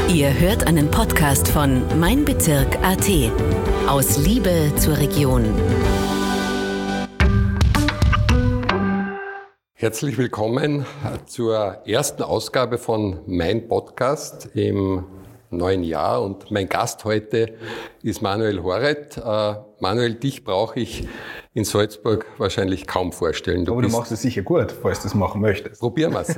Ihr hört einen Podcast von Mein Bezirk.at. Aus Liebe zur Region. Herzlich willkommen zur ersten Ausgabe von Mein Podcast im neuen Jahr. Und mein Gast heute ist Manuel Horet. Manuel, dich brauche ich in Salzburg wahrscheinlich kaum vorstellen. Aber du machst es sicher gut, falls du es machen möchtest. Probieren wir es.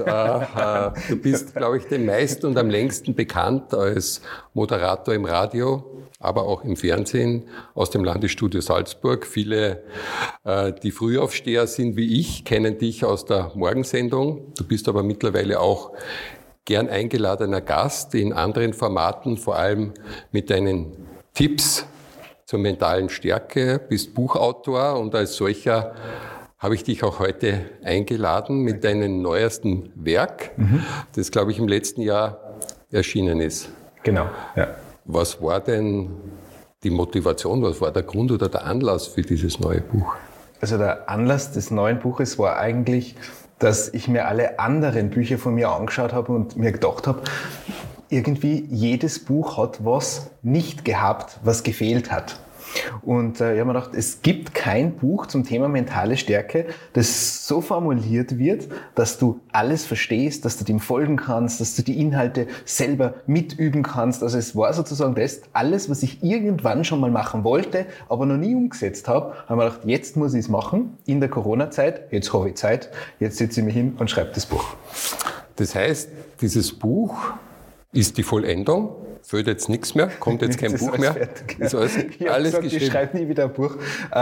Du bist, glaube ich, den meisten und am längsten bekannt als Moderator im Radio, aber auch im Fernsehen aus dem Landesstudio Salzburg. Viele, die Frühaufsteher sind wie ich, kennen dich aus der Morgensendung. Du bist aber mittlerweile auch gern eingeladener Gast in anderen Formaten, vor allem mit deinen Tipps zur mentalen Stärke, bist Buchautor und als solcher habe ich dich auch heute eingeladen mit deinem neuesten Werk, das, glaube ich, im letzten Jahr erschienen ist. Genau, ja. Was war denn die Motivation, was war der Grund oder der Anlass für dieses neue Buch? Also der Anlass des neuen Buches war eigentlich, dass ich mir alle anderen Bücher von mir angeschaut habe und mir gedacht habe, irgendwie jedes Buch hat was nicht gehabt, was gefehlt hat. Und ich habe mir gedacht, es gibt kein Buch zum Thema mentale Stärke, das so formuliert wird, dass du alles verstehst, dass du dem folgen kannst, dass du die Inhalte selber mitüben kannst. Also es war sozusagen das, alles, was ich irgendwann schon mal machen wollte, aber noch nie umgesetzt habe, habe mir gedacht, jetzt muss ich es machen, in der Corona-Zeit, jetzt habe ich Zeit, jetzt setze ich mich hin und schreibe das Buch. Das heißt, dieses Buch ist die Vollendung? Fehlt jetzt nichts mehr? Kommt jetzt kein Buch mehr? Ist alles geschrieben. Ich schreibe nie wieder ein Buch.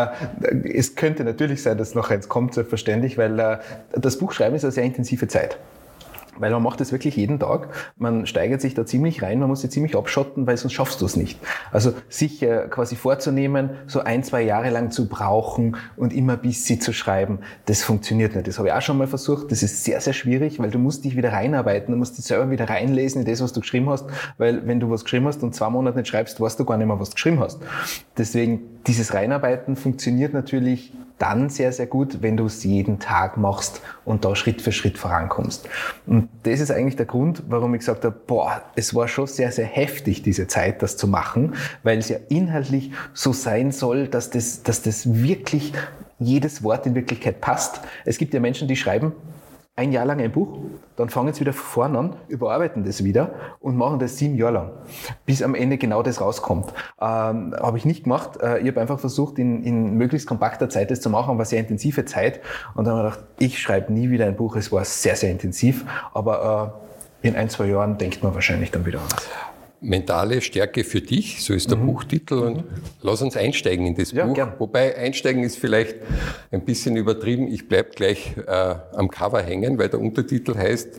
Es könnte natürlich sein, dass noch eins kommt, selbstverständlich, weil das Buchschreiben ist eine sehr intensive Zeit. Weil man macht das wirklich jeden Tag. Man steigert sich da ziemlich rein, man muss sich ziemlich abschotten, weil sonst schaffst du es nicht. Also sich quasi vorzunehmen, so 1-2 Jahre lang zu brauchen und immer ein bisschen zu schreiben, das funktioniert nicht. Das habe ich auch schon mal versucht. Das ist sehr, sehr schwierig, weil du musst dich wieder reinarbeiten, du musst dich selber wieder reinlesen in das, was du geschrieben hast, weil wenn du was geschrieben hast und 2 Monate nicht schreibst, weißt du gar nicht mehr, was du geschrieben hast. Deswegen, dieses Reinarbeiten funktioniert natürlich dann sehr, sehr gut, wenn du es jeden Tag machst und da Schritt für Schritt vorankommst. Und das ist eigentlich der Grund, warum ich gesagt habe, es war schon sehr, sehr heftig, diese Zeit, das zu machen, weil es ja inhaltlich so sein soll, dass das wirklich jedes Wort in Wirklichkeit passt. Es gibt ja Menschen, die schreiben 1 Jahr lang ein Buch, dann fangen sie wieder von vorne an, überarbeiten das wieder und machen das 7 Jahre lang, bis am Ende genau das rauskommt. Habe ich nicht gemacht. Ich habe einfach versucht, in möglichst kompakter Zeit das zu machen, war sehr intensive Zeit. Und dann habe ich gedacht, ich schreibe nie wieder ein Buch. Es war sehr, sehr intensiv, aber in 1-2 Jahren denkt man wahrscheinlich dann wieder anders. Mentale Stärke für dich, so ist der Buchtitel. Und lass uns einsteigen in das Buch. Gern. Wobei einsteigen ist vielleicht ein bisschen übertrieben. Ich bleib gleich am Cover hängen, weil der Untertitel heißt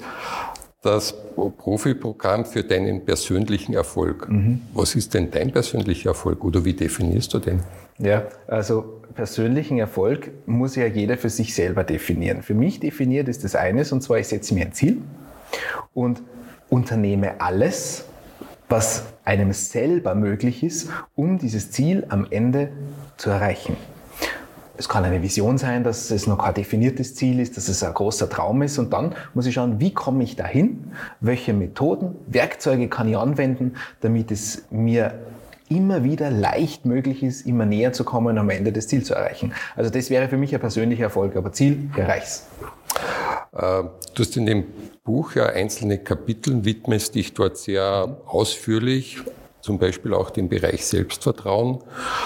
das Profiprogramm für deinen persönlichen Erfolg. Was ist denn dein persönlicher Erfolg oder wie definierst du den? Ja, also persönlichen Erfolg muss ja jeder für sich selber definieren. Für mich definiert ist das eines, und zwar ich setze mir ein Ziel und unternehme alles, was einem selber möglich ist, um dieses Ziel am Ende zu erreichen. Es kann eine Vision sein, dass es noch kein definiertes Ziel ist, dass es ein großer Traum ist, und dann muss ich schauen, wie komme ich dahin, welche Methoden, Werkzeuge kann ich anwenden, damit es mir immer wieder leicht möglich ist, immer näher zu kommen, am Ende das Ziel zu erreichen. Also das wäre für mich ein persönlicher Erfolg, aber Ziel, ich erreich's. Du hast in dem Buch ja einzelne Kapiteln, widmest dich dort sehr ausführlich, zum Beispiel auch dem Bereich Selbstvertrauen.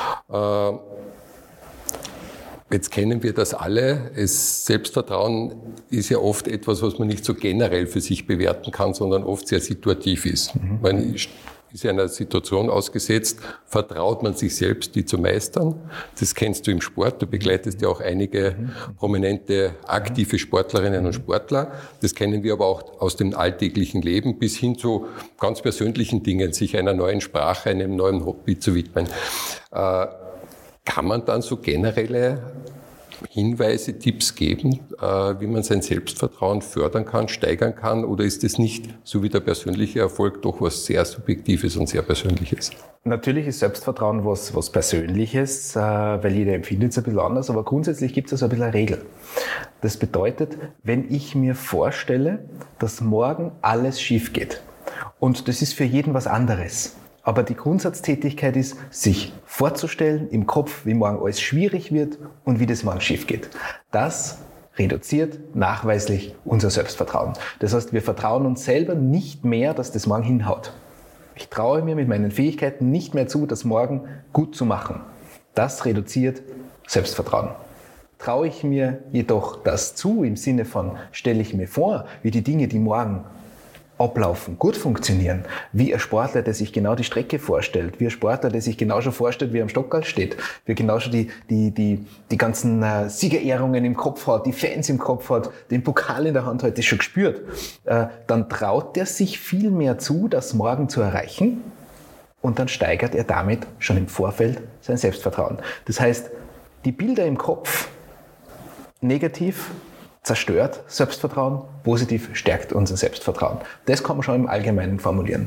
Jetzt kennen wir das alle. Selbstvertrauen ist ja oft etwas, was man nicht so generell für sich bewerten kann, sondern oft sehr situativ ist. Man ist ja einer Situation ausgesetzt, vertraut man sich selbst, die zu meistern. Das kennst du im Sport. Du begleitest ja auch einige prominente, aktive Sportlerinnen und Sportler. Das kennen wir aber auch aus dem alltäglichen Leben bis hin zu ganz persönlichen Dingen, sich einer neuen Sprache, einem neuen Hobby zu widmen. Kann man dann so generelle Hinweise, Tipps geben, wie man sein Selbstvertrauen fördern kann, steigern kann? Oder ist es nicht, so wie der persönliche Erfolg, doch was sehr Subjektives und sehr Persönliches? Natürlich ist Selbstvertrauen was Persönliches, weil jeder empfindet es ein bisschen anders, aber grundsätzlich gibt es also ein bisschen eine Regel. Das bedeutet, wenn ich mir vorstelle, dass morgen alles schief geht Und das ist für jeden was anderes. Aber die Grundsatztätigkeit ist, sich vorzustellen im Kopf, wie morgen alles schwierig wird und wie das morgen schief geht. Das reduziert nachweislich unser Selbstvertrauen. Das heißt, wir vertrauen uns selber nicht mehr, dass das morgen hinhaut. Ich traue mir mit meinen Fähigkeiten nicht mehr zu, das morgen gut zu machen. Das reduziert Selbstvertrauen. Traue ich mir jedoch das zu, im Sinne von, stelle ich mir vor, wie die Dinge, die morgen ablaufen, gut funktionieren, wie ein Sportler, der sich genau die Strecke vorstellt, wie ein Sportler, der sich genau schon vorstellt, wie er am Stockerl steht, wie er genau schon die ganzen Siegerehrungen im Kopf hat, die Fans im Kopf hat, den Pokal in der Hand hat, das schon gespürt, dann traut er sich viel mehr zu, das morgen zu erreichen und dann steigert er damit schon im Vorfeld sein Selbstvertrauen. Das heißt, die Bilder im Kopf negativ zerstört Selbstvertrauen, positiv stärkt unser Selbstvertrauen. Das kann man schon im Allgemeinen formulieren.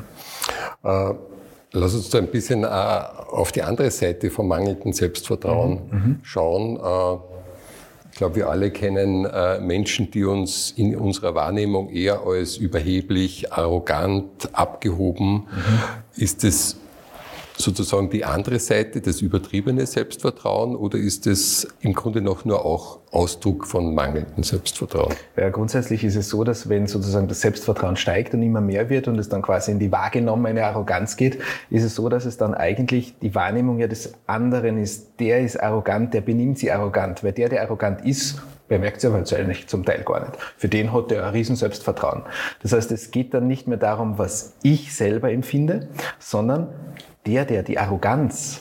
Lass uns da ein bisschen auf die andere Seite vom mangelnden Selbstvertrauen schauen. Ich glaube, wir alle kennen Menschen, die uns in unserer Wahrnehmung eher als überheblich, arrogant, abgehoben. Ist es sozusagen die andere Seite, das übertriebene Selbstvertrauen, oder ist es im Grunde noch nur auch Ausdruck von mangelndem Selbstvertrauen? Ja, grundsätzlich ist es so, dass wenn sozusagen das Selbstvertrauen steigt und immer mehr wird und es dann quasi in die wahrgenommene Arroganz geht, ist es so, dass es dann eigentlich die Wahrnehmung ja des anderen ist. Der ist arrogant, der benimmt sich arrogant, weil der arrogant ist, wer merkt es ja wahrscheinlich zum Teil gar nicht. Für den hat er ein riesen Selbstvertrauen. Das heißt, es geht dann nicht mehr darum, was ich selber empfinde, sondern der die Arroganz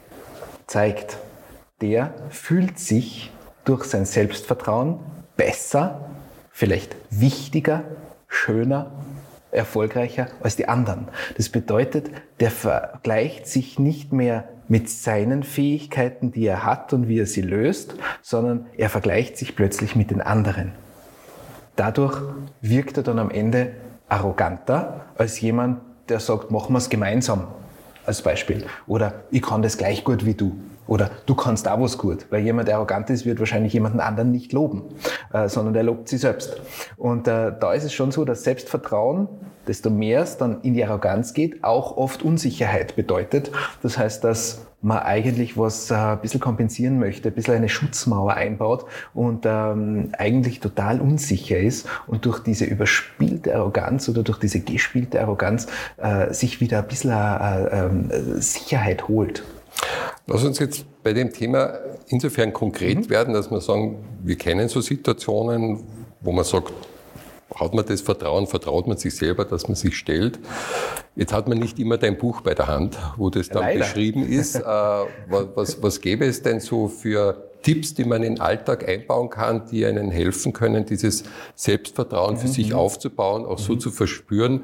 zeigt, der fühlt sich durch sein Selbstvertrauen besser, vielleicht wichtiger, schöner, erfolgreicher als die anderen. Das bedeutet, der vergleicht sich nicht mehr mit seinen Fähigkeiten, die er hat und wie er sie löst, sondern er vergleicht sich plötzlich mit den anderen. Dadurch wirkt er dann am Ende arroganter als jemand, der sagt, machen wir es gemeinsam. Als Beispiel. Oder ich kann das gleich gut wie du. Oder du kannst auch was gut. Weil jemand, der arrogant ist, wird wahrscheinlich jemanden anderen nicht loben, sondern der lobt sich selbst. Und da ist es schon so, dass Selbstvertrauen, desto mehr es dann in die Arroganz geht, auch oft Unsicherheit bedeutet. Das heißt, dass man eigentlich was ein bisschen kompensieren möchte, ein bisschen eine Schutzmauer einbaut und eigentlich total unsicher ist und durch diese überspielte Arroganz oder durch diese gespielte Arroganz sich wieder ein bisschen Sicherheit holt. Lass uns jetzt bei dem Thema insofern konkret werden, dass wir sagen, wir kennen so Situationen, wo man sagt, hat man das Vertrauen, vertraut man sich selber, dass man sich stellt. Jetzt hat man nicht immer dein Buch bei der Hand, wo das dann leider beschrieben ist. Was gäbe es denn so für Tipps, die man in den Alltag einbauen kann, die einen helfen können, dieses Selbstvertrauen für sich aufzubauen, auch so zu verspüren,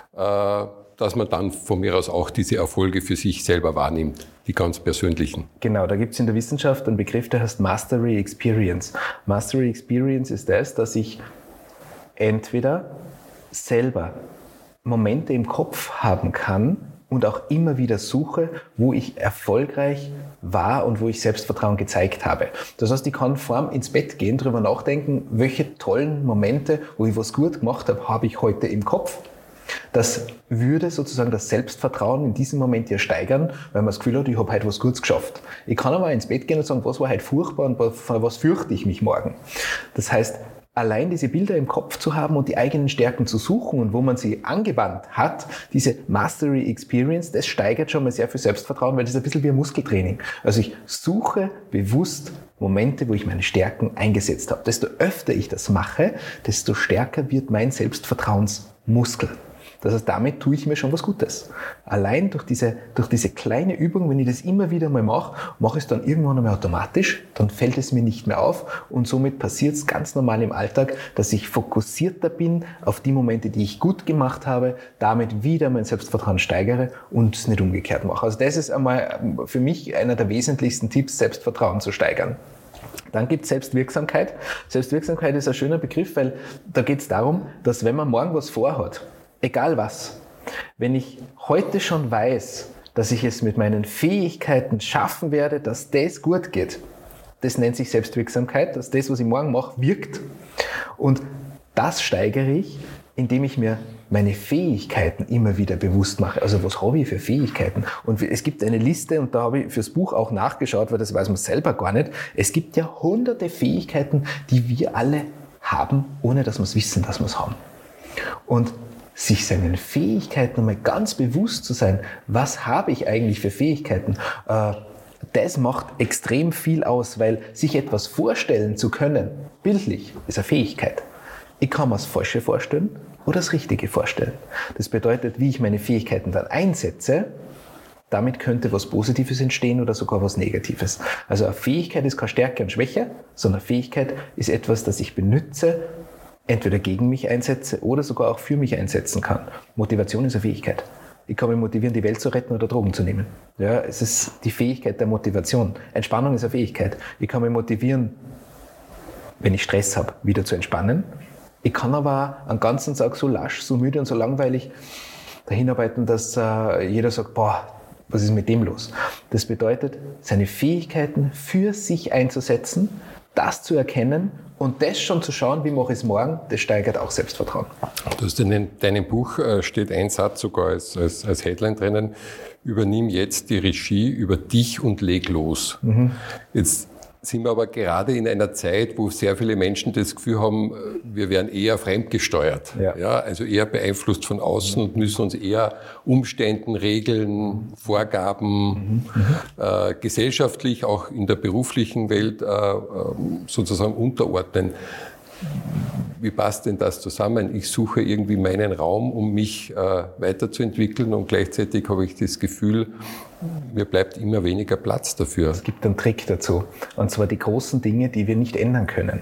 dass man dann von mir aus auch diese Erfolge für sich selber wahrnimmt, die ganz persönlichen. Genau, da gibt es in der Wissenschaft einen Begriff, der heißt Mastery Experience. Mastery Experience ist das, dass ich entweder selber Momente im Kopf haben kann und auch immer wieder suche, wo ich erfolgreich war und wo ich Selbstvertrauen gezeigt habe. Das heißt, ich kann vorm ins Bett gehen, darüber nachdenken, welche tollen Momente, wo ich was gut gemacht habe, habe ich heute im Kopf. Das würde sozusagen das Selbstvertrauen in diesem Moment ja steigern, weil man das Gefühl hat, ich habe heute was Gutes geschafft. Ich kann aber ins Bett gehen und sagen, was war heute furchtbar und vor was fürchte ich mich morgen. Das heißt, allein diese Bilder im Kopf zu haben und die eigenen Stärken zu suchen und wo man sie angewandt hat, diese Mastery Experience, das steigert schon mal sehr viel Selbstvertrauen, weil das ist ein bisschen wie ein Muskeltraining. Also ich suche bewusst Momente, wo ich meine Stärken eingesetzt habe. Desto öfter ich das mache, desto stärker wird mein Selbstvertrauensmuskel. Das heißt, damit tue ich mir schon was Gutes. Allein durch diese kleine Übung, wenn ich das immer wieder mal mache ich es dann irgendwann einmal automatisch, dann fällt es mir nicht mehr auf und somit passiert es ganz normal im Alltag, dass ich fokussierter bin auf die Momente, die ich gut gemacht habe, damit wieder mein Selbstvertrauen steigere und es nicht umgekehrt mache. Also das ist einmal für mich einer der wesentlichsten Tipps, Selbstvertrauen zu steigern. Dann gibt es Selbstwirksamkeit. Selbstwirksamkeit ist ein schöner Begriff, weil da geht es darum, dass wenn man morgen was vorhat, egal was, wenn ich heute schon weiß, dass ich es mit meinen Fähigkeiten schaffen werde, dass das gut geht, das nennt sich Selbstwirksamkeit, dass das, was ich morgen mache, wirkt. Und das steigere ich, indem ich mir meine Fähigkeiten immer wieder bewusst mache. Also was habe ich für Fähigkeiten? Und es gibt eine Liste, und da habe ich fürs Buch auch nachgeschaut, weil das weiß man selber gar nicht. Es gibt ja hunderte Fähigkeiten, die wir alle haben, ohne dass wir es wissen, dass wir es haben. Und sich seinen Fähigkeiten einmal ganz bewusst zu sein, was habe ich eigentlich für Fähigkeiten, das macht extrem viel aus, weil sich etwas vorstellen zu können, bildlich, ist eine Fähigkeit. Ich kann mir das Falsche vorstellen oder das Richtige vorstellen. Das bedeutet, wie ich meine Fähigkeiten dann einsetze, damit könnte was Positives entstehen oder sogar was Negatives. Also eine Fähigkeit ist keine Stärke und Schwäche, sondern eine Fähigkeit ist etwas, das ich benutze, entweder gegen mich einsetze oder sogar auch für mich einsetzen kann. Motivation ist eine Fähigkeit. Ich kann mich motivieren, die Welt zu retten oder Drogen zu nehmen. Ja, es ist die Fähigkeit der Motivation. Entspannung ist eine Fähigkeit. Ich kann mich motivieren, wenn ich Stress habe, wieder zu entspannen. Ich kann aber auch einen ganzen Tag so lasch, so müde und so langweilig dahinarbeiten, dass jeder sagt, boah, was ist mit dem los? Das bedeutet, seine Fähigkeiten für sich einzusetzen, das zu erkennen und das schon zu schauen, wie mache ich es morgen, das steigert auch Selbstvertrauen. Du hast in deinem Buch steht ein Satz sogar als Headline drinnen: Übernimm jetzt die Regie über dich und leg los. Mhm. Jetzt sind wir aber gerade in einer Zeit, wo sehr viele Menschen das Gefühl haben, wir werden eher fremdgesteuert. Ja, also eher beeinflusst von außen und müssen uns eher Umständen, Regeln, Vorgaben, gesellschaftlich, auch in der beruflichen Welt sozusagen unterordnen. Wie passt denn das zusammen? Ich suche irgendwie meinen Raum, um mich weiterzuentwickeln, und gleichzeitig habe ich das Gefühl, mir bleibt immer weniger Platz dafür. Es gibt einen Trick dazu, und zwar die großen Dinge, die wir nicht ändern können,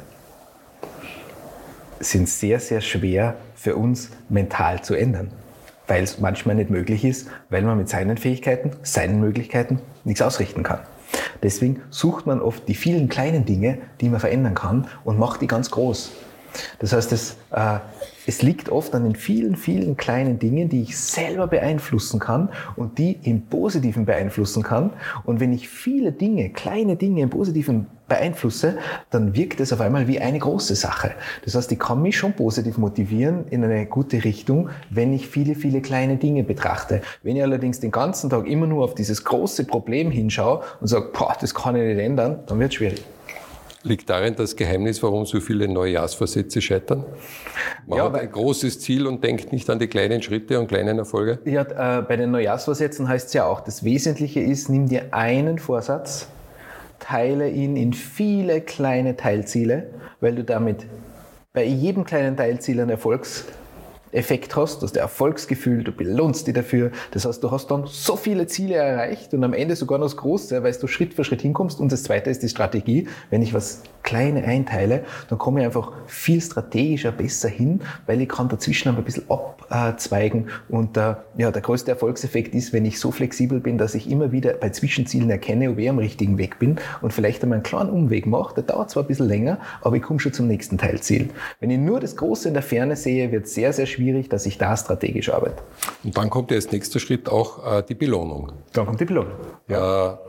sind sehr, sehr schwer für uns mental zu ändern, weil es manchmal nicht möglich ist, weil man mit seinen Fähigkeiten, seinen Möglichkeiten nichts ausrichten kann. Deswegen sucht man oft die vielen kleinen Dinge, die man verändern kann, und macht die ganz groß. Das heißt, es liegt oft an den vielen, vielen kleinen Dingen, die ich selber beeinflussen kann und die im Positiven beeinflussen kann. Und wenn ich viele Dinge, kleine Dinge im Positiven beeinflusse, dann wirkt es auf einmal wie eine große Sache. Das heißt, ich kann mich schon positiv motivieren in eine gute Richtung, wenn ich viele, viele kleine Dinge betrachte. Wenn ich allerdings den ganzen Tag immer nur auf dieses große Problem hinschaue und sage, boah, das kann ich nicht ändern, dann wird es schwierig. Liegt darin das Geheimnis, warum so viele Neujahrsvorsätze scheitern? Man hat ein großes Ziel und denkt nicht an die kleinen Schritte und kleinen Erfolge? Ja, bei den Neujahrsvorsätzen heißt es ja auch, das Wesentliche ist, nimm dir einen Vorsatz, teile ihn in viele kleine Teilziele, weil du damit bei jedem kleinen Teilziel einen Erfolgseffekt hast, du hast ein Erfolgsgefühl, du belohnst dich dafür. Das heißt, du hast dann so viele Ziele erreicht und am Ende sogar noch das Große, weil du Schritt für Schritt hinkommst. Und das Zweite ist die Strategie. Wenn ich was Kleine einteile, dann komme ich einfach viel strategischer besser hin, weil ich kann dazwischen ein bisschen abzweigen. Und der größte Erfolgseffekt ist, wenn ich so flexibel bin, dass ich immer wieder bei Zwischenzielen erkenne, ob ich am richtigen Weg bin und vielleicht einmal einen kleinen Umweg mache. Der dauert zwar ein bisschen länger, aber ich komme schon zum nächsten Teilziel. Wenn ich nur das Große in der Ferne sehe, wird es sehr, sehr schwierig, dass ich da strategisch arbeite. Und dann kommt ja als nächster Schritt auch die Belohnung. Dann kommt die Belohnung. Ja.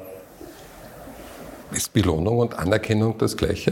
Ist Belohnung und Anerkennung das Gleiche?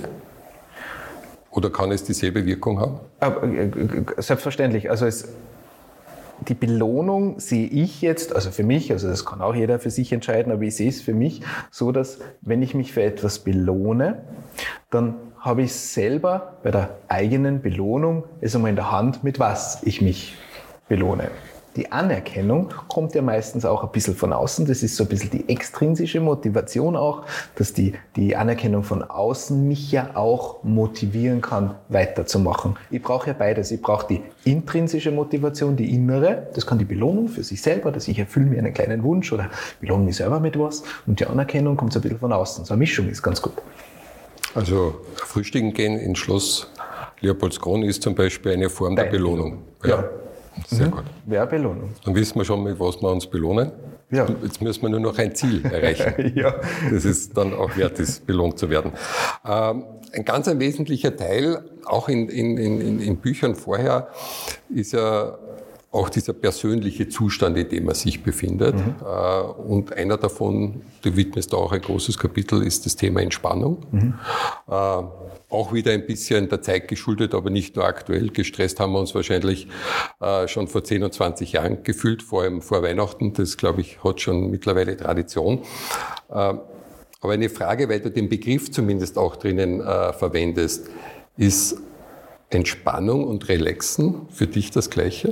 Oder kann es dieselbe Wirkung haben? Selbstverständlich. Also die Belohnung sehe ich jetzt, also für mich, also das kann auch jeder für sich entscheiden, aber ich sehe es für mich so, dass wenn ich mich für etwas belohne, dann habe ich selber bei der eigenen Belohnung es einmal in der Hand, mit was ich mich belohne. Die Anerkennung kommt ja meistens auch ein bisschen von außen. Das ist so ein bisschen die extrinsische Motivation auch, dass die Anerkennung von außen mich ja auch motivieren kann, weiterzumachen. Ich brauche ja beides. Ich brauche die intrinsische Motivation, die innere. Das kann die Belohnung für sich selber, dass ich erfülle mir einen kleinen Wunsch oder belohne mich selber mit was. Und die Anerkennung kommt so ein bisschen von außen. So eine Mischung ist ganz gut. Also frühstücken gehen ins Schloss Leopoldskron ist zum Beispiel eine Form der Belohnung. Ja. Sehr gut. Ja, Belohnung. Dann wissen wir schon, mit was wir uns belohnen. Ja. Jetzt müssen wir nur noch ein Ziel erreichen. Ja. Das ist dann auch wert ist, belohnt zu werden. Ein ganz ein wesentlicher Teil, auch in Büchern vorher, ist ja auch dieser persönliche Zustand, in dem man sich befindet. Und einer davon, du widmest da auch ein großes Kapitel, ist das Thema Entspannung. Auch wieder ein bisschen der Zeit geschuldet, aber nicht nur aktuell. Gestresst haben wir uns wahrscheinlich schon vor 10 und 20 Jahren gefühlt, vor allem vor Weihnachten. Das, glaube ich, hat schon mittlerweile Tradition. Aber eine Frage, weil du den Begriff zumindest auch drinnen verwendest, ist Entspannung und Relaxen für dich das Gleiche?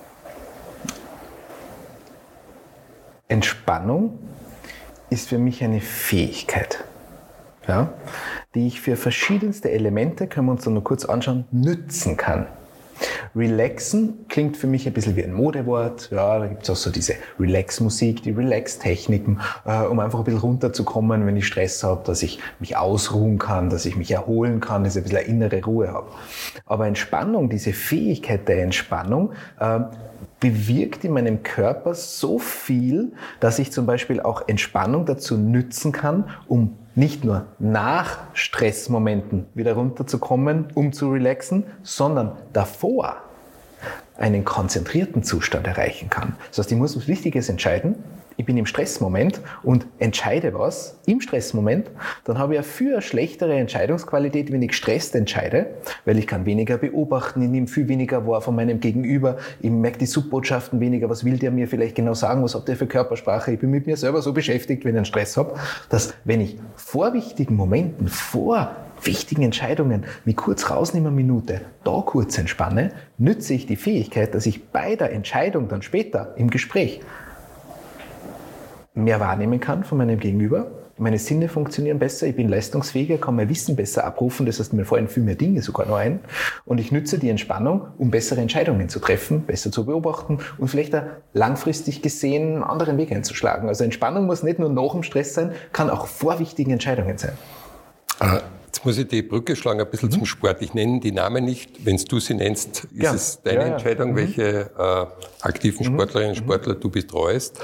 Entspannung ist für mich eine Fähigkeit, ja, die ich für verschiedenste Elemente, können wir uns dann nur kurz anschauen, nützen kann. Relaxen klingt für mich ein bisschen wie ein Modewort. Ja, da gibt es auch so diese Relax-Musik, die Relax-Techniken, um einfach ein bisschen runterzukommen, wenn ich Stress habe, dass ich mich ausruhen kann, dass ich mich erholen kann, dass ich ein bisschen eine innere Ruhe habe. Aber Entspannung, diese Fähigkeit der Entspannung, bewirkt in meinem Körper so viel, dass ich zum Beispiel auch Entspannung dazu nützen kann, um nicht nur nach Stressmomenten wieder runterzukommen, um zu relaxen, sondern davor einen konzentrierten Zustand erreichen kann. Das heißt, ich muss was Wichtiges entscheiden. Ich bin im Stressmoment und entscheide was im Stressmoment, dann habe ich eine viel schlechtere Entscheidungsqualität, wenn ich gestresst entscheide, weil ich kann weniger beobachten, ich nehme viel weniger wahr von meinem Gegenüber, ich merke die Subbotschaften weniger, was will der mir vielleicht genau sagen, was hat der für Körpersprache, ich bin mit mir selber so beschäftigt, wenn ich einen Stress habe, dass wenn ich vor wichtigen Momenten, vor wichtigen Entscheidungen mich kurz rausnehme, eine Minute, da kurz entspanne, nütze ich die Fähigkeit, dass ich bei der Entscheidung dann später im Gespräch mehr wahrnehmen kann von meinem Gegenüber. Meine Sinne funktionieren besser, ich bin leistungsfähiger, kann mein Wissen besser abrufen, das heißt, mir fallen viel mehr Dinge sogar noch ein. Und ich nütze die Entspannung, um bessere Entscheidungen zu treffen, besser zu beobachten und vielleicht auch langfristig gesehen einen anderen Weg einzuschlagen. Also Entspannung muss nicht nur nach dem Stress sein, kann auch vor wichtigen Entscheidungen sein. Jetzt muss ich die Brücke schlagen, ein bisschen zum Sport. Ich nenne die Namen nicht. Wenn du sie nennst, ist es deine Entscheidung, welche aktiven Sportlerinnen und Sportler du betreust.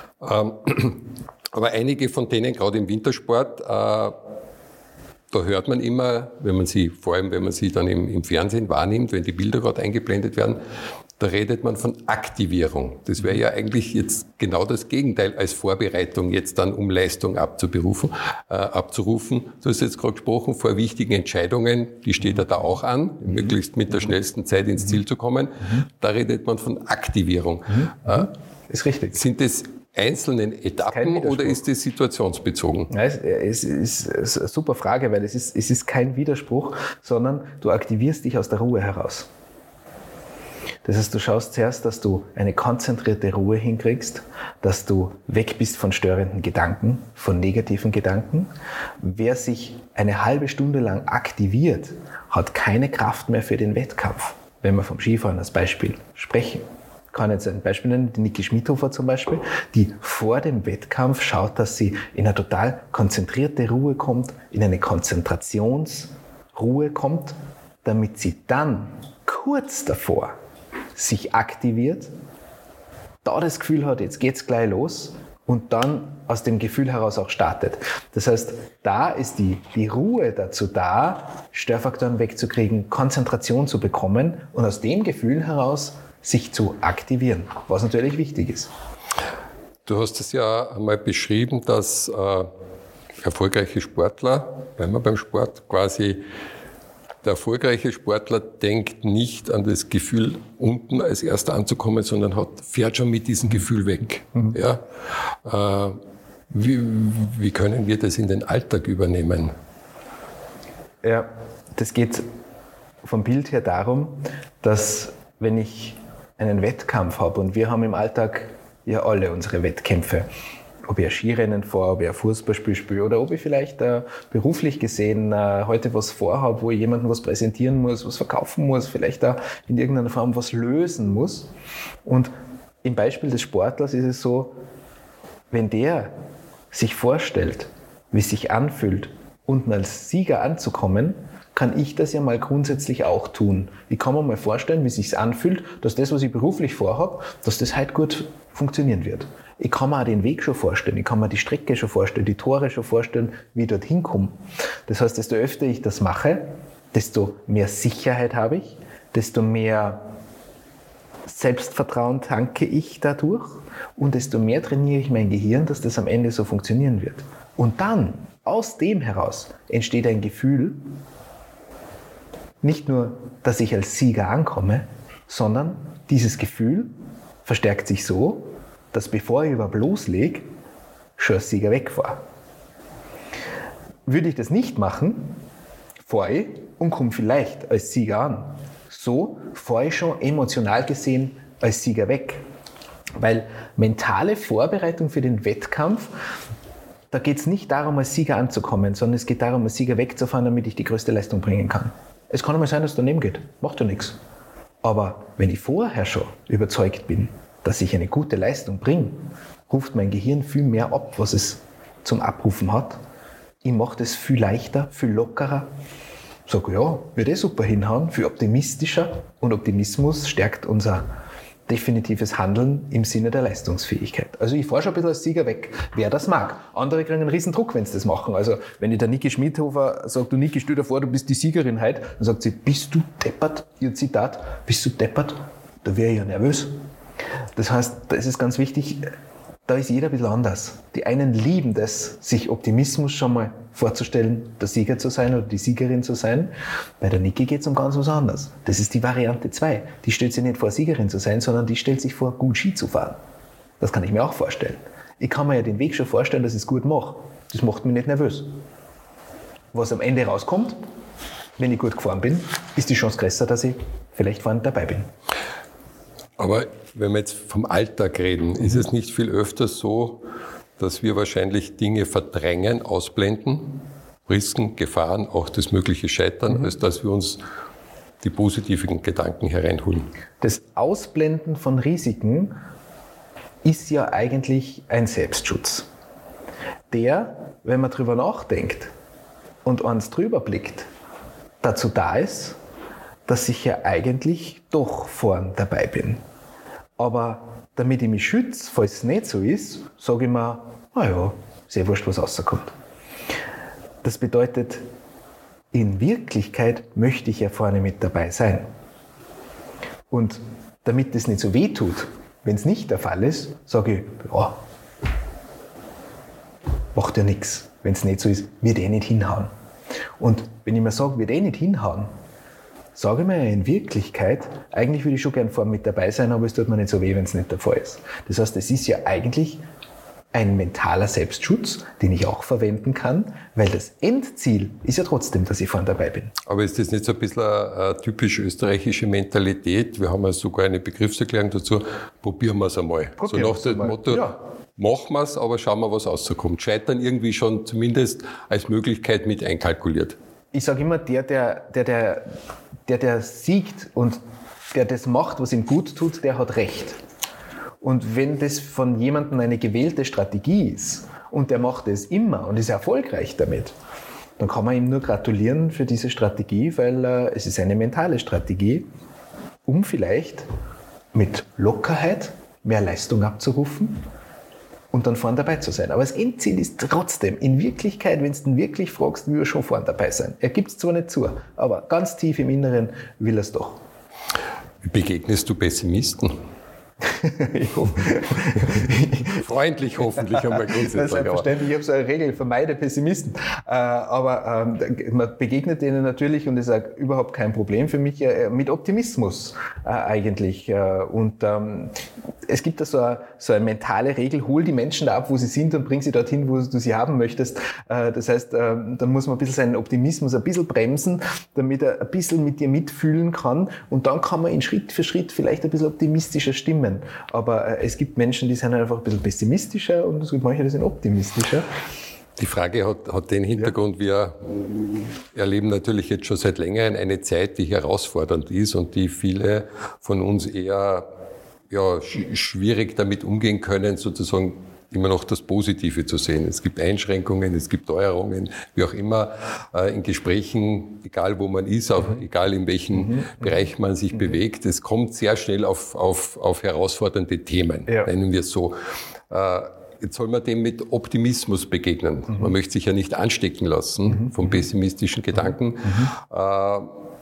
Aber einige von denen, gerade im Wintersport, da hört man immer, vor allem wenn man sie dann im Fernsehen wahrnimmt, wenn die Bilder gerade eingeblendet werden, da redet man von Aktivierung. Das wäre ja eigentlich jetzt genau das Gegenteil als Vorbereitung, jetzt dann um Leistung abzurufen. Du hast jetzt gerade gesprochen, vor wichtigen Entscheidungen, die steht ja da auch an, möglichst mit der schnellsten Zeit ins Ziel zu kommen. Da redet man von Aktivierung. Ist richtig. Sind das einzelnen Etappen oder ist das situationsbezogen? Ja, es ist eine super Frage, weil es ist kein Widerspruch, sondern du aktivierst dich aus der Ruhe heraus. Das heißt, du schaust zuerst, dass du eine konzentrierte Ruhe hinkriegst, dass du weg bist von störenden Gedanken, von negativen Gedanken. Wer sich eine halbe Stunde lang aktiviert, hat keine Kraft mehr für den Wettkampf. Wenn wir vom Skifahren als Beispiel sprechen. Ich kann jetzt ein Beispiel nennen, die Niki Schmidhofer zum Beispiel, die vor dem Wettkampf schaut, dass sie in eine total konzentrierte Ruhe kommt, in eine Konzentrationsruhe kommt, damit sie dann kurz davor sich aktiviert, da das Gefühl hat, jetzt geht's gleich los und dann aus dem Gefühl heraus auch startet. Das heißt, da ist die Ruhe dazu da, Störfaktoren wegzukriegen, Konzentration zu bekommen und aus dem Gefühl heraus sich zu aktivieren, was natürlich wichtig ist. Du hast es ja einmal beschrieben, dass erfolgreiche Sportler, wenn man beim Sport quasi der erfolgreiche Sportler denkt nicht an das Gefühl, unten als Erster anzukommen, sondern fährt schon mit diesem Gefühl weg. Ja? Wie können wir das in den Alltag übernehmen? Ja, das geht vom Bild her darum, dass wenn ich einen Wettkampf habe und wir haben im Alltag ja alle unsere Wettkämpfe, ob ich ein Skirennen fahre, ob ich ein Fußballspiel spiele oder ob ich vielleicht beruflich gesehen heute was vorhabe, wo ich jemandem was präsentieren muss, was verkaufen muss, vielleicht da in irgendeiner Form was lösen muss. Und im Beispiel des Sportlers ist es so, wenn der sich vorstellt, wie es sich anfühlt, unten als Sieger anzukommen, kann ich das ja mal grundsätzlich auch tun. Ich kann mir mal vorstellen, wie es sich anfühlt, dass das, was ich beruflich vorhabe, dass das heute gut funktionieren wird. Ich kann mir auch den Weg schon vorstellen, ich kann mir die Strecke schon vorstellen, die Tore schon vorstellen, wie ich dorthin komme. Das heißt, desto öfter ich das mache, desto mehr Sicherheit habe ich, desto mehr Selbstvertrauen tanke ich dadurch und desto mehr trainiere ich mein Gehirn, dass das am Ende so funktionieren wird. Und dann, aus dem heraus, entsteht ein Gefühl, nicht nur, dass ich als Sieger ankomme, sondern dieses Gefühl verstärkt sich so, dass bevor ich überhaupt loslege, schon als Sieger wegfahre. Würde ich das nicht machen, fahre ich und komme vielleicht als Sieger an. So fahre ich schon emotional gesehen als Sieger weg. Weil mentale Vorbereitung für den Wettkampf, da geht es nicht darum, als Sieger anzukommen, sondern es geht darum, als Sieger wegzufahren, damit ich die größte Leistung bringen kann. Es kann einmal sein, dass es daneben geht. Macht ja nichts. Aber wenn ich vorher schon überzeugt bin, dass ich eine gute Leistung bringe, ruft mein Gehirn viel mehr ab, was es zum Abrufen hat. Ich mache das viel leichter, viel lockerer. Sage, ja, wird super hinhauen, viel optimistischer. Und Optimismus stärkt unser definitives Handeln im Sinne der Leistungsfähigkeit. Also ich fahre schon ein bisschen als Sieger weg, wer das mag. Andere kriegen einen riesen Druck, wenn sie das machen. Also wenn ich der Niki Schmidhofer sage, du Niki, stell dir vor, du bist die Siegerin heute, dann sagt sie, bist du deppert? Ihr Zitat, bist du deppert? Da wäre ich ja nervös. Das heißt, da ist es ganz wichtig, da ist jeder ein bisschen anders. Die einen lieben das, sich Optimismus schon mal vorzustellen, der Sieger zu sein oder die Siegerin zu sein. Bei der Niki geht es um ganz was anderes. Das ist die Variante 2. Die stellt sich nicht vor, Siegerin zu sein, sondern die stellt sich vor, gut Ski zu fahren. Das kann ich mir auch vorstellen. Ich kann mir ja den Weg schon vorstellen, dass ich es gut mache. Das macht mich nicht nervös. Was am Ende rauskommt, wenn ich gut gefahren bin, ist die Chance größer, dass ich vielleicht vorne dabei bin. Aber wenn wir jetzt vom Alltag reden, ist es nicht viel öfter so, dass wir wahrscheinlich Dinge verdrängen, ausblenden, Risiken, Gefahren, auch das mögliche Scheitern, als dass wir uns die positiven Gedanken hereinholen? Das Ausblenden von Risiken ist ja eigentlich ein Selbstschutz, der, wenn man drüber nachdenkt und eins drüber blickt, dazu da ist, dass ich ja eigentlich doch vorn dabei bin. Aber damit ich mich schütze, falls es nicht so ist, sage ich mir, naja, sehr wurscht, was rauskommt. Das bedeutet, in Wirklichkeit möchte ich ja vorne mit dabei sein. Und damit das nicht so weh tut, wenn es nicht der Fall ist, sage ich, ja, macht ja nichts. Wenn es nicht so ist, wird nicht hinhauen. Und wenn ich mir sage, wird nicht hinhauen, sage ich mir in Wirklichkeit, eigentlich würde ich schon gern vorne mit dabei sein, aber es tut mir nicht so weh, wenn es nicht der Fall ist. Das heißt, es ist ja eigentlich ein mentaler Selbstschutz, den ich auch verwenden kann, weil das Endziel ist ja trotzdem, dass ich vorne dabei bin. Aber ist das nicht so ein bisschen eine typisch österreichische Mentalität? Wir haben ja sogar eine Begriffserklärung dazu, probieren wir es einmal. So nach dem Motto, ja, machen wir es, aber schauen wir, was rauskommt. Scheitern irgendwie schon zumindest als Möglichkeit mit einkalkuliert. Ich sage immer, der siegt und der das macht, was ihm gut tut, der hat Recht. Und wenn das von jemandem eine gewählte Strategie ist und der macht es immer und ist erfolgreich damit, dann kann man ihm nur gratulieren für diese Strategie, weil es ist eine mentale Strategie, um vielleicht mit Lockerheit mehr Leistung abzurufen und dann vorne dabei zu sein. Aber das Endziel ist trotzdem, in Wirklichkeit, wenn du ihn wirklich fragst, will er schon vorne dabei sein. Er gibt es zwar nicht zu, aber ganz tief im Inneren will er es doch. Wie begegnest du Pessimisten? Freundlich hoffentlich einmal grundsätzlich. Selbstverständlich, ich habe so eine Regel, vermeide Pessimisten. Aber man begegnet denen natürlich, und das ist auch überhaupt kein Problem für mich, mit Optimismus eigentlich. Und es gibt da so eine mentale Regel, hol die Menschen da ab, wo sie sind und bring sie dorthin, wo du sie haben möchtest. Das heißt, da muss man ein bisschen seinen Optimismus ein bisschen bremsen, damit er ein bisschen mit dir mitfühlen kann. Und dann kann man ihn Schritt für Schritt vielleicht ein bisschen optimistischer stimmen. Aber es gibt Menschen, die sind einfach ein bisschen pessimistischer und es gibt manche, die sind optimistischer. Die Frage hat den Hintergrund, wir erleben natürlich jetzt schon seit längerem eine Zeit, die herausfordernd ist und die viele von uns eher schwierig damit umgehen können, sozusagen immer noch das Positive zu sehen. Es gibt Einschränkungen, es gibt Teuerungen, wie auch immer, in Gesprächen, egal wo man ist, auch egal in welchem Bereich man sich bewegt. Es kommt sehr schnell auf herausfordernde Themen, nennen wir es so. Jetzt soll man dem mit Optimismus begegnen. Man möchte sich ja nicht anstecken lassen von pessimistischen Gedanken.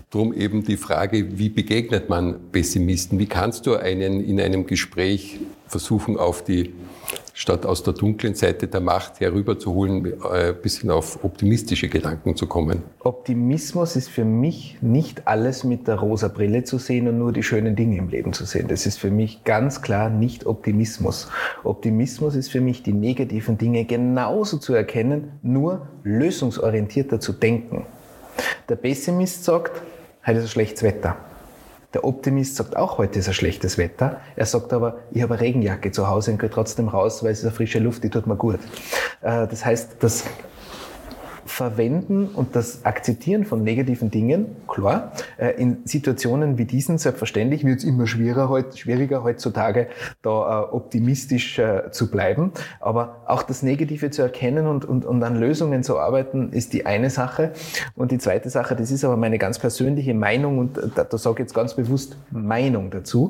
Drum eben die Frage, wie begegnet man Pessimisten? Wie kannst du einen in einem Gespräch versuchen, statt aus der dunklen Seite der Macht herüberzuholen, ein bisschen auf optimistische Gedanken zu kommen? Optimismus ist für mich nicht alles mit der rosa Brille zu sehen und nur die schönen Dinge im Leben zu sehen. Das ist für mich ganz klar nicht Optimismus. Optimismus ist für mich, die negativen Dinge genauso zu erkennen, nur lösungsorientierter zu denken. Der Pessimist sagt, heute ist ein schlechtes Wetter. Der Optimist sagt auch, heute ist ein schlechtes Wetter. Er sagt aber, ich habe eine Regenjacke zu Hause und gehe trotzdem raus, weil es ist eine frische Luft, die tut mir gut. Das heißt, das Verwenden und das Akzeptieren von negativen Dingen, klar, in Situationen wie diesen, selbstverständlich wird es immer schwieriger heutzutage, da optimistisch zu bleiben. Aber auch das Negative zu erkennen und an Lösungen zu arbeiten, ist die eine Sache. Und die zweite Sache, das ist aber meine ganz persönliche Meinung und da sage ich jetzt ganz bewusst Meinung dazu.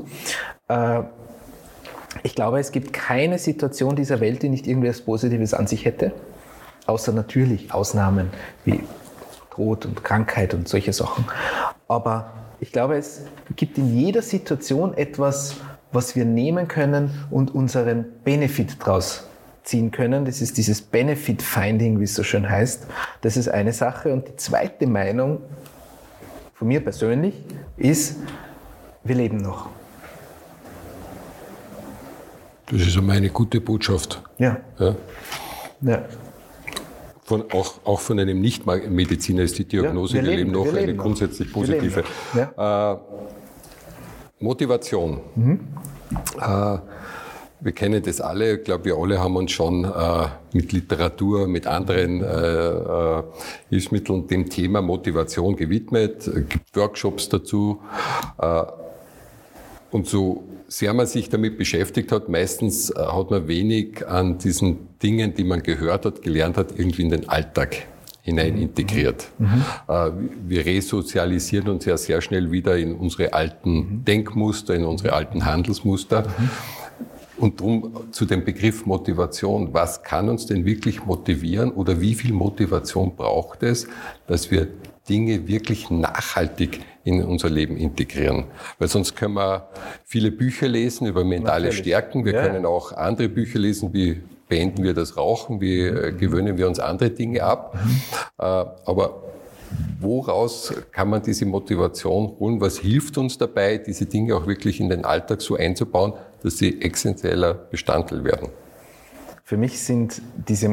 Ich glaube, es gibt keine Situation dieser Welt, die nicht irgendwie etwas Positives an sich hätte. Außer natürlich Ausnahmen wie Tod und Krankheit und solche Sachen. Aber ich glaube, es gibt in jeder Situation etwas, was wir nehmen können und unseren Benefit daraus ziehen können. Das ist dieses Benefit-Finding, wie es so schön heißt. Das ist eine Sache. Und die zweite Meinung von mir persönlich ist, wir leben noch. Das ist einmal eine gute Botschaft. Ja. Auch von einem Nicht-Mediziner ist die Diagnose, wir leben noch, eine grundsätzlich positive. Ja. Motivation. Wir kennen das alle, ich glaube, wir alle haben uns schon mit Literatur, mit anderen Hilfsmitteln dem Thema Motivation gewidmet. Es gibt Workshops dazu. Und so sehr man sich damit beschäftigt hat, meistens hat man wenig an diesen Dingen, die man gehört hat, gelernt hat, irgendwie in den Alltag hinein integriert. Wir resozialisieren uns ja sehr schnell wieder in unsere alten Denkmuster, in unsere alten Handelsmuster. Und drum zu dem Begriff Motivation. Was kann uns denn wirklich motivieren oder wie viel Motivation braucht es, dass wir Dinge wirklich nachhaltig in unser Leben integrieren? Weil sonst können wir viele Bücher lesen über mentale Stärken. Wir können auch andere Bücher lesen, wie beenden wir das Rauchen, wie gewöhnen wir uns andere Dinge ab. Aber woraus kann man diese Motivation holen? Was hilft uns dabei, diese Dinge auch wirklich in den Alltag so einzubauen, dass sie essentieller Bestandteil werden? Für mich sind diese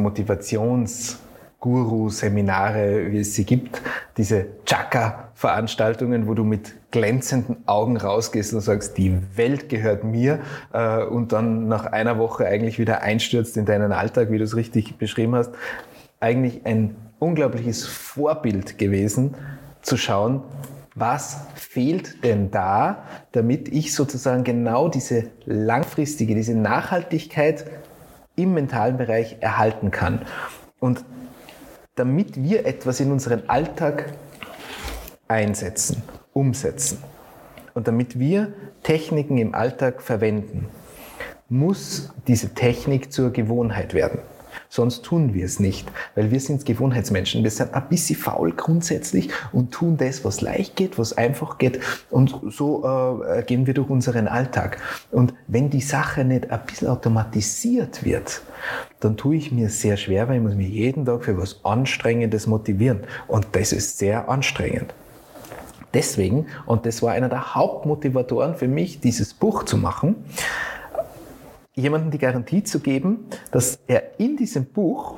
Motivationsguru-Seminare, wie es sie gibt, diese Chaka-Veranstaltungen, wo du mit glänzenden Augen rausgehst und sagst, die Welt gehört mir, und dann nach einer Woche eigentlich wieder einstürzt in deinen Alltag, wie du es richtig beschrieben hast, eigentlich ein unglaubliches Vorbild gewesen, zu schauen, was fehlt denn da, damit ich sozusagen genau diese langfristige, diese Nachhaltigkeit im mentalen Bereich erhalten kann. Und damit wir etwas in unseren Alltag einsetzen, umsetzen und damit wir Techniken im Alltag verwenden, muss diese Technik zur Gewohnheit werden. Sonst tun wir es nicht, weil wir sind Gewohnheitsmenschen. Wir sind ein bisschen faul grundsätzlich und tun das, was leicht geht, was einfach geht, und so gehen wir durch unseren Alltag. Und wenn die Sache nicht ein bisschen automatisiert wird, dann tue ich mir sehr schwer, weil ich muss mich jeden Tag für was Anstrengendes motivieren, und das ist sehr anstrengend. Deswegen, und das war einer der Hauptmotivatoren für mich, dieses Buch zu machen, jemandem die Garantie zu geben, dass er in diesem Buch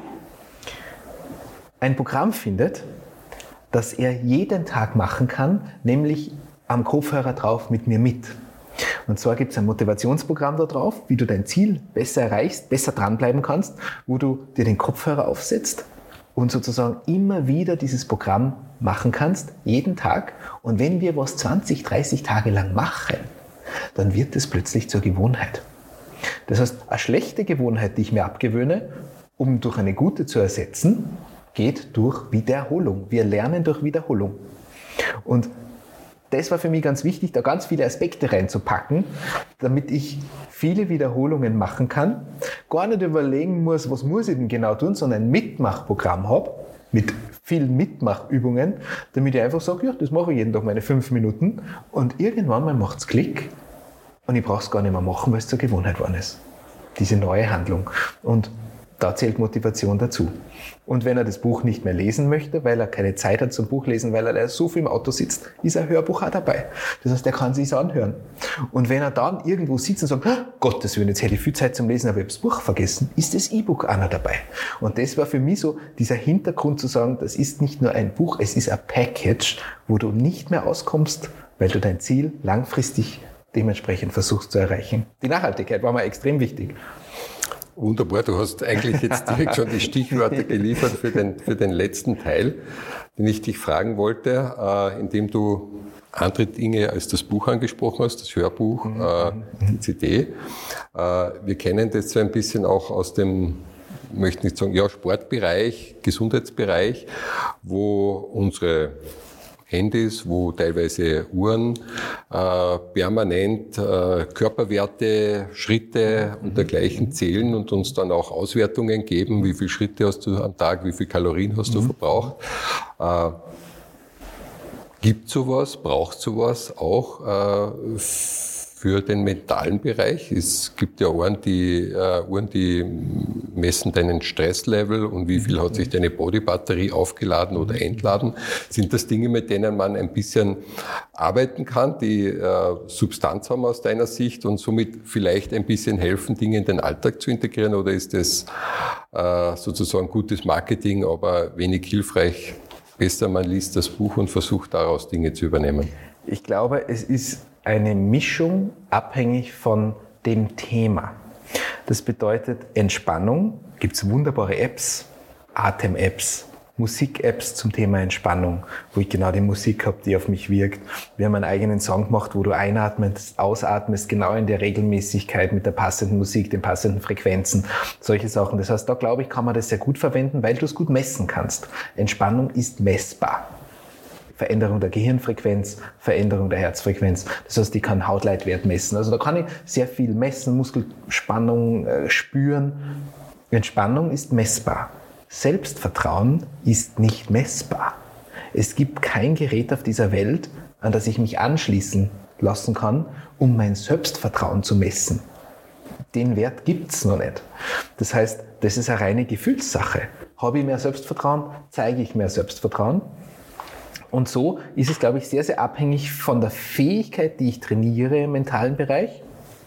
ein Programm findet, das er jeden Tag machen kann, nämlich am Kopfhörer drauf mit mir mit. Und zwar gibt es ein Motivationsprogramm da drauf, wie du dein Ziel besser erreichst, besser dranbleiben kannst, wo du dir den Kopfhörer aufsetzt und sozusagen immer wieder dieses Programm machen kannst, jeden Tag. Und wenn wir was 20, 30 Tage lang machen, dann wird es plötzlich zur Gewohnheit. Das heißt, eine schlechte Gewohnheit, die ich mir abgewöhne, um durch eine gute zu ersetzen, geht durch Wiederholung. Wir lernen durch Wiederholung. Und das war für mich ganz wichtig, da ganz viele Aspekte reinzupacken, damit ich viele Wiederholungen machen kann, gar nicht überlegen muss, was muss ich denn genau tun, sondern ein Mitmachprogramm habe, mit vielen Mitmachübungen, damit ich einfach sage, ja, das mache ich jeden Tag meine 5 Minuten und irgendwann mal macht es Klick und ich brauche es gar nicht mehr machen, weil es zur Gewohnheit geworden ist. Diese neue Handlung. Und da zählt Motivation dazu. Und wenn er das Buch nicht mehr lesen möchte, weil er keine Zeit hat zum Buchlesen, weil er so viel im Auto sitzt, ist ein Hörbuch auch dabei. Das heißt, er kann es sich anhören. Und wenn er dann irgendwo sitzt und sagt, oh, Gottes Willen, jetzt hätte ich viel Zeit zum Lesen, aber ich habe das Buch vergessen, ist das E-Book auch noch dabei. Und das war für mich so dieser Hintergrund zu sagen, das ist nicht nur ein Buch, es ist ein Package, wo du nicht mehr auskommst, weil du dein Ziel langfristig dementsprechend versuchst zu erreichen. Die Nachhaltigkeit war mir extrem wichtig. Wunderbar, du hast eigentlich jetzt direkt schon die Stichworte geliefert für den letzten Teil, den ich dich fragen wollte, indem du andere Dinge als das Buch angesprochen hast, das Hörbuch, die CD. Wir kennen das so ein bisschen auch aus dem, möchte nicht sagen, ja, Sportbereich, Gesundheitsbereich, wo unsere Handys, wo teilweise Uhren permanent Körperwerte, Schritte und dergleichen zählen und uns dann auch Auswertungen geben, wie viele Schritte hast du am Tag, wie viele Kalorien hast du verbraucht. Gibt sowas, braucht sowas auch für den mentalen Bereich? Es gibt ja Uhren, die messen deinen Stresslevel und wie viel hat sich deine Bodybatterie aufgeladen oder entladen. Sind das Dinge, mit denen man ein bisschen arbeiten kann, die Substanz haben aus deiner Sicht und somit vielleicht ein bisschen helfen, Dinge in den Alltag zu integrieren? Oder ist das sozusagen gutes Marketing, aber wenig hilfreich? Besser, man liest das Buch und versucht daraus Dinge zu übernehmen. Ich glaube, es ist eine Mischung abhängig von dem Thema. Das bedeutet Entspannung. Gibt es wunderbare Apps, Atem-Apps, Musik-Apps zum Thema Entspannung, wo ich genau die Musik habe, die auf mich wirkt. Wir haben einen eigenen Song gemacht, wo du einatmest, ausatmest, genau in der Regelmäßigkeit mit der passenden Musik, den passenden Frequenzen, solche Sachen. Das heißt, da glaube ich, kann man das sehr gut verwenden, weil du es gut messen kannst. Entspannung ist messbar. Veränderung der Gehirnfrequenz, Veränderung der Herzfrequenz. Das heißt, ich kann Hautleitwert messen. Also da kann ich sehr viel messen, Muskelspannung spüren. Entspannung ist messbar. Selbstvertrauen ist nicht messbar. Es gibt kein Gerät auf dieser Welt, an das ich mich anschließen lassen kann, um mein Selbstvertrauen zu messen. Den Wert gibt's noch nicht. Das heißt, das ist eine reine Gefühlssache. Habe ich mehr Selbstvertrauen, zeige ich mehr Selbstvertrauen. Und so ist es, glaube ich, sehr, sehr abhängig von der Fähigkeit, die ich trainiere im mentalen Bereich,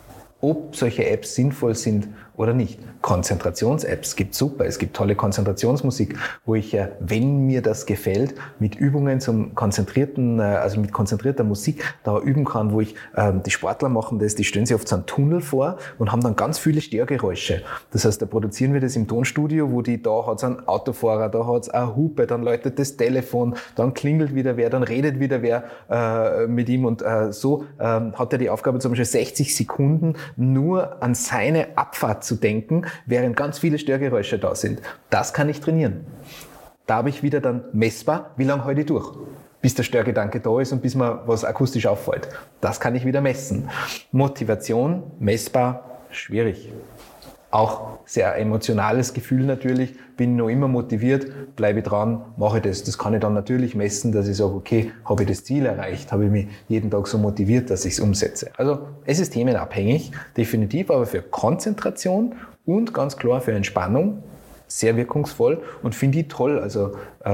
ob solche Apps sinnvoll sind oder nicht. Konzentrations-Apps gibt super. Es gibt tolle Konzentrationsmusik, wo ich, wenn mir das gefällt, mit Übungen zum konzentrierten, also mit konzentrierter Musik da üben kann, wo ich, die Sportler machen das, die stellen sich oft so einen Tunnel vor und haben dann ganz viele Störgeräusche. Das heißt, da produzieren wir das im Tonstudio, wo da hat's einen Autofahrer, da hat's eine Hupe, dann läutet das Telefon, dann klingelt wieder wer, dann redet wieder wer mit ihm und so hat er die Aufgabe, zum Beispiel 60 Sekunden nur an seine Abfahrt zu denken, während ganz viele Störgeräusche da sind. Das kann ich trainieren. Da habe ich wieder dann messbar, wie lange halte ich durch, bis der Störgedanke da ist und bis mir was akustisch auffällt. Das kann ich wieder messen. Motivation, messbar, schwierig. Auch sehr emotionales Gefühl natürlich, bin noch immer motiviert, bleibe dran, mache das. Das kann ich dann natürlich messen, dass ich sage, okay, habe ich das Ziel erreicht, habe ich mich jeden Tag so motiviert, dass ich es umsetze. Also es ist themenabhängig, definitiv, aber für Konzentration und ganz klar für Entspannung sehr wirkungsvoll und finde ich toll. Also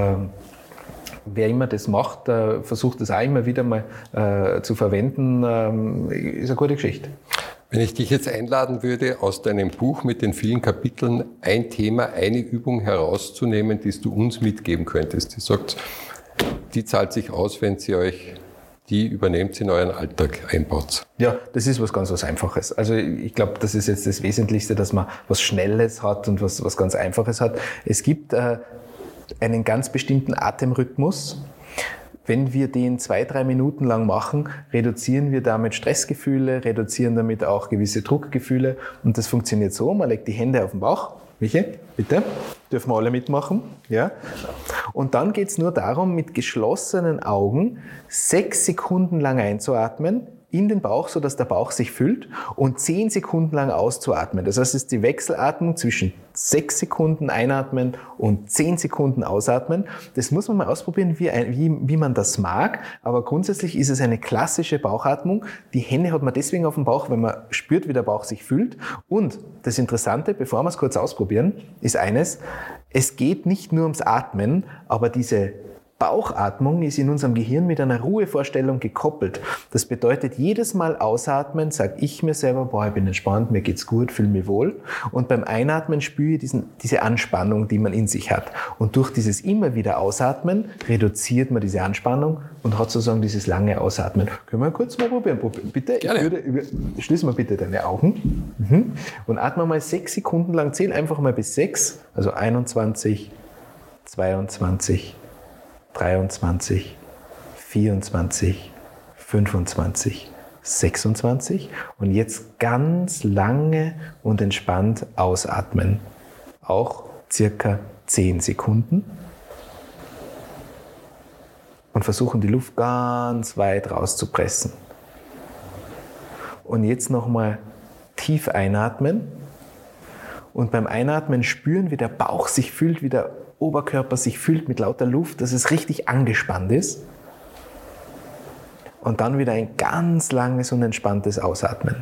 wer immer das macht, versucht das auch immer wieder mal zu verwenden, ist eine gute Geschichte. Wenn ich dich jetzt einladen würde, aus deinem Buch mit den vielen Kapiteln ein Thema, eine Übung herauszunehmen, die du uns mitgeben könntest. Die sagt, die zahlt sich aus, wenn sie euch die übernehmt, in euren Alltag einbaut. Ja, das ist was Einfaches. Also ich glaube, das ist jetzt das Wesentlichste, dass man was Schnelles hat und was ganz Einfaches hat. Es gibt einen ganz bestimmten Atemrhythmus. Wenn wir den 2-3 Minuten lang machen, reduzieren wir damit Stressgefühle, reduzieren damit auch gewisse Druckgefühle. Und das funktioniert so, man legt die Hände auf den Bauch. Michi, bitte, dürfen wir alle mitmachen. Ja. Und dann geht es nur darum, mit geschlossenen Augen 6 Sekunden lang einzuatmen in den Bauch, sodass der Bauch sich füllt und 10 Sekunden lang auszuatmen. Das heißt, es ist die Wechselatmung zwischen 6 Sekunden einatmen und 10 Sekunden ausatmen. Das muss man mal ausprobieren, wie man das mag. Aber grundsätzlich ist es eine klassische Bauchatmung. Die Hände hat man deswegen auf dem Bauch, wenn man spürt, wie der Bauch sich fühlt. Und das Interessante, bevor wir es kurz ausprobieren, ist eines: Es geht nicht nur ums Atmen, aber diese Bauchatmung ist in unserem Gehirn mit einer Ruhevorstellung gekoppelt. Das bedeutet, jedes Mal ausatmen sage ich mir selber, boah, ich bin entspannt, mir geht's gut, fühle mich wohl. Und beim Einatmen spüre ich diese Anspannung, die man in sich hat. Und durch dieses immer wieder Ausatmen reduziert man diese Anspannung und hat sozusagen dieses lange Ausatmen. Können wir kurz mal probieren? Bitte? Gerne. Schließ mal bitte deine Augen. Und atme mal 6 Sekunden lang, zähl einfach mal bis 6, also 21, 22, 23, 24, 25, 26 und jetzt ganz lange und entspannt ausatmen. Auch circa 10 Sekunden. Und versuchen, die Luft ganz weit rauszupressen. Und jetzt nochmal tief einatmen. Und beim Einatmen spüren, wie der Bauch sich fühlt, wie der Oberkörper sich fühlt mit lauter Luft, dass es richtig angespannt ist. Und dann wieder ein ganz langes und entspanntes Ausatmen.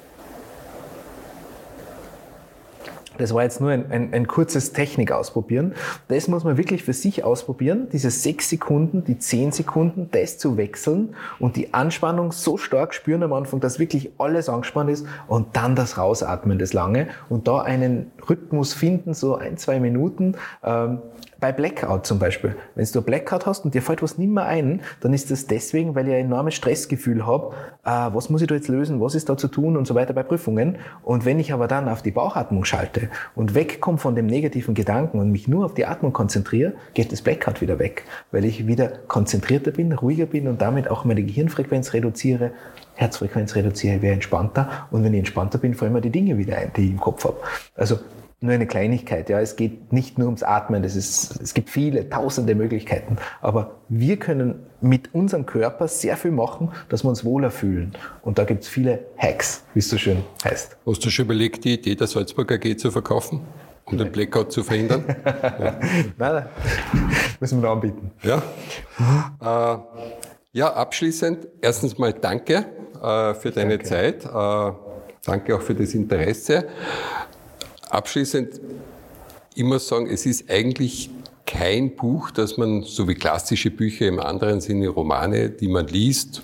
Das war jetzt nur ein kurzes Technik-Ausprobieren. Das muss man wirklich für sich ausprobieren, diese 6 Sekunden, die 10 Sekunden, das zu wechseln und die Anspannung so stark spüren am Anfang, dass wirklich alles angespannt ist und dann das Rausatmen, das lange. Und da einen Rhythmus finden, so 1-2 Minuten. Bei Blackout zum Beispiel. Wenn du Blackout hast und dir fällt was nicht mehr ein, dann ist das deswegen, weil ich ein enormes Stressgefühl habe. Was muss ich da jetzt lösen? Was ist da zu tun? Und so weiter bei Prüfungen. Und wenn ich aber dann auf die Bauchatmung schalte und wegkomme von dem negativen Gedanken und mich nur auf die Atmung konzentriere, geht das Blackout wieder weg. Weil ich wieder konzentrierter bin, ruhiger bin und damit auch meine Gehirnfrequenz reduziere, Herzfrequenz reduziere, ich werde entspannter. Und wenn ich entspannter bin, fallen mir die Dinge wieder ein, die ich im Kopf habe. Also nur eine Kleinigkeit, ja. Es geht nicht nur ums Atmen, es gibt viele, tausende Möglichkeiten. Aber wir können mit unserem Körper sehr viel machen, dass wir uns wohler fühlen. Und da gibt es viele Hacks, wie es so schön heißt. Hast du schon überlegt, die Idee der Salzburger AG zu verkaufen? Um den Blackout zu verhindern? Nein, müssen wir da anbieten. Ja. Ja, abschließend, erstens mal danke für deine Zeit. Danke auch für das Interesse. Abschließend, ich muss sagen, es ist eigentlich kein Buch, das man, so wie klassische Bücher im anderen Sinne, Romane, die man liest,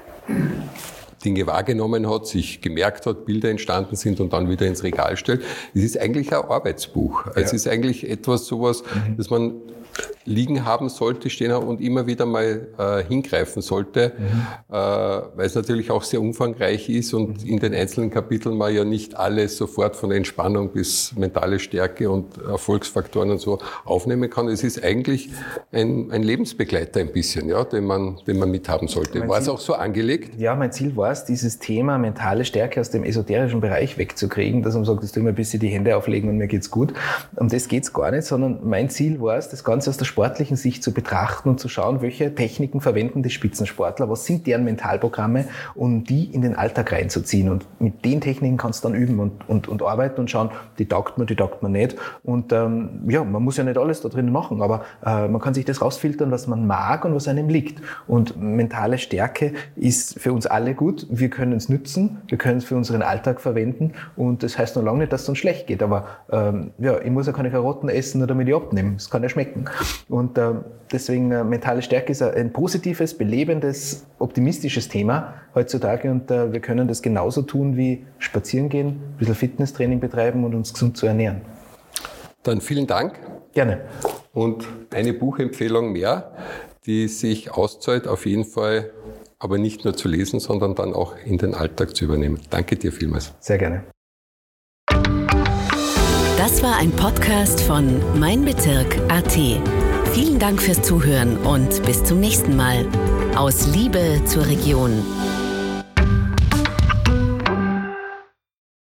Dinge wahrgenommen hat, sich gemerkt hat, Bilder entstanden sind und dann wieder ins Regal stellt. Es ist eigentlich ein Arbeitsbuch. Es ist eigentlich etwas sowas, das man liegen haben sollte, stehen haben und immer wieder mal hingreifen sollte, weil es natürlich auch sehr umfangreich ist und in den einzelnen Kapiteln man ja nicht alles sofort von Entspannung bis mentale Stärke und Erfolgsfaktoren und so aufnehmen kann. Es ist eigentlich ein Lebensbegleiter ein bisschen, ja, den man mithaben sollte. War es auch so angelegt? Ja, mein Ziel war es, dieses Thema mentale Stärke aus dem esoterischen Bereich wegzukriegen, dass man sagt, dass du immer ein bisschen die Hände auflegen und mir geht's gut. Um das geht's gar nicht, sondern mein Ziel war es, das Ganze aus der sportlichen Sicht zu betrachten und zu schauen, welche Techniken verwenden die Spitzensportler, was sind deren Mentalprogramme, um die in den Alltag reinzuziehen. Und mit den Techniken kannst du dann üben und arbeiten und schauen, die taugt man nicht. Und ja, man muss ja nicht alles da drin machen, aber man kann sich das rausfiltern, was man mag und was einem liegt. Und mentale Stärke ist für uns alle gut. Wir können es nützen, wir können es für unseren Alltag verwenden und das heißt noch lange nicht, dass es uns schlecht geht. Aber ja, ich muss ja keine Karotten essen, nur damit ich abnehme. Es kann ja schmecken. Und deswegen mentale Stärke ist ein positives, belebendes, optimistisches Thema heutzutage und wir können das genauso tun wie spazieren gehen, ein bisschen Fitnesstraining betreiben und uns gesund zu ernähren. Dann vielen Dank. Gerne. Und eine Buchempfehlung mehr, die sich auszahlt, auf jeden Fall, aber nicht nur zu lesen, sondern dann auch in den Alltag zu übernehmen. Danke dir vielmals. Sehr gerne. Das war ein Podcast von meinbezirk.at. Vielen Dank fürs Zuhören und bis zum nächsten Mal. Aus Liebe zur Region.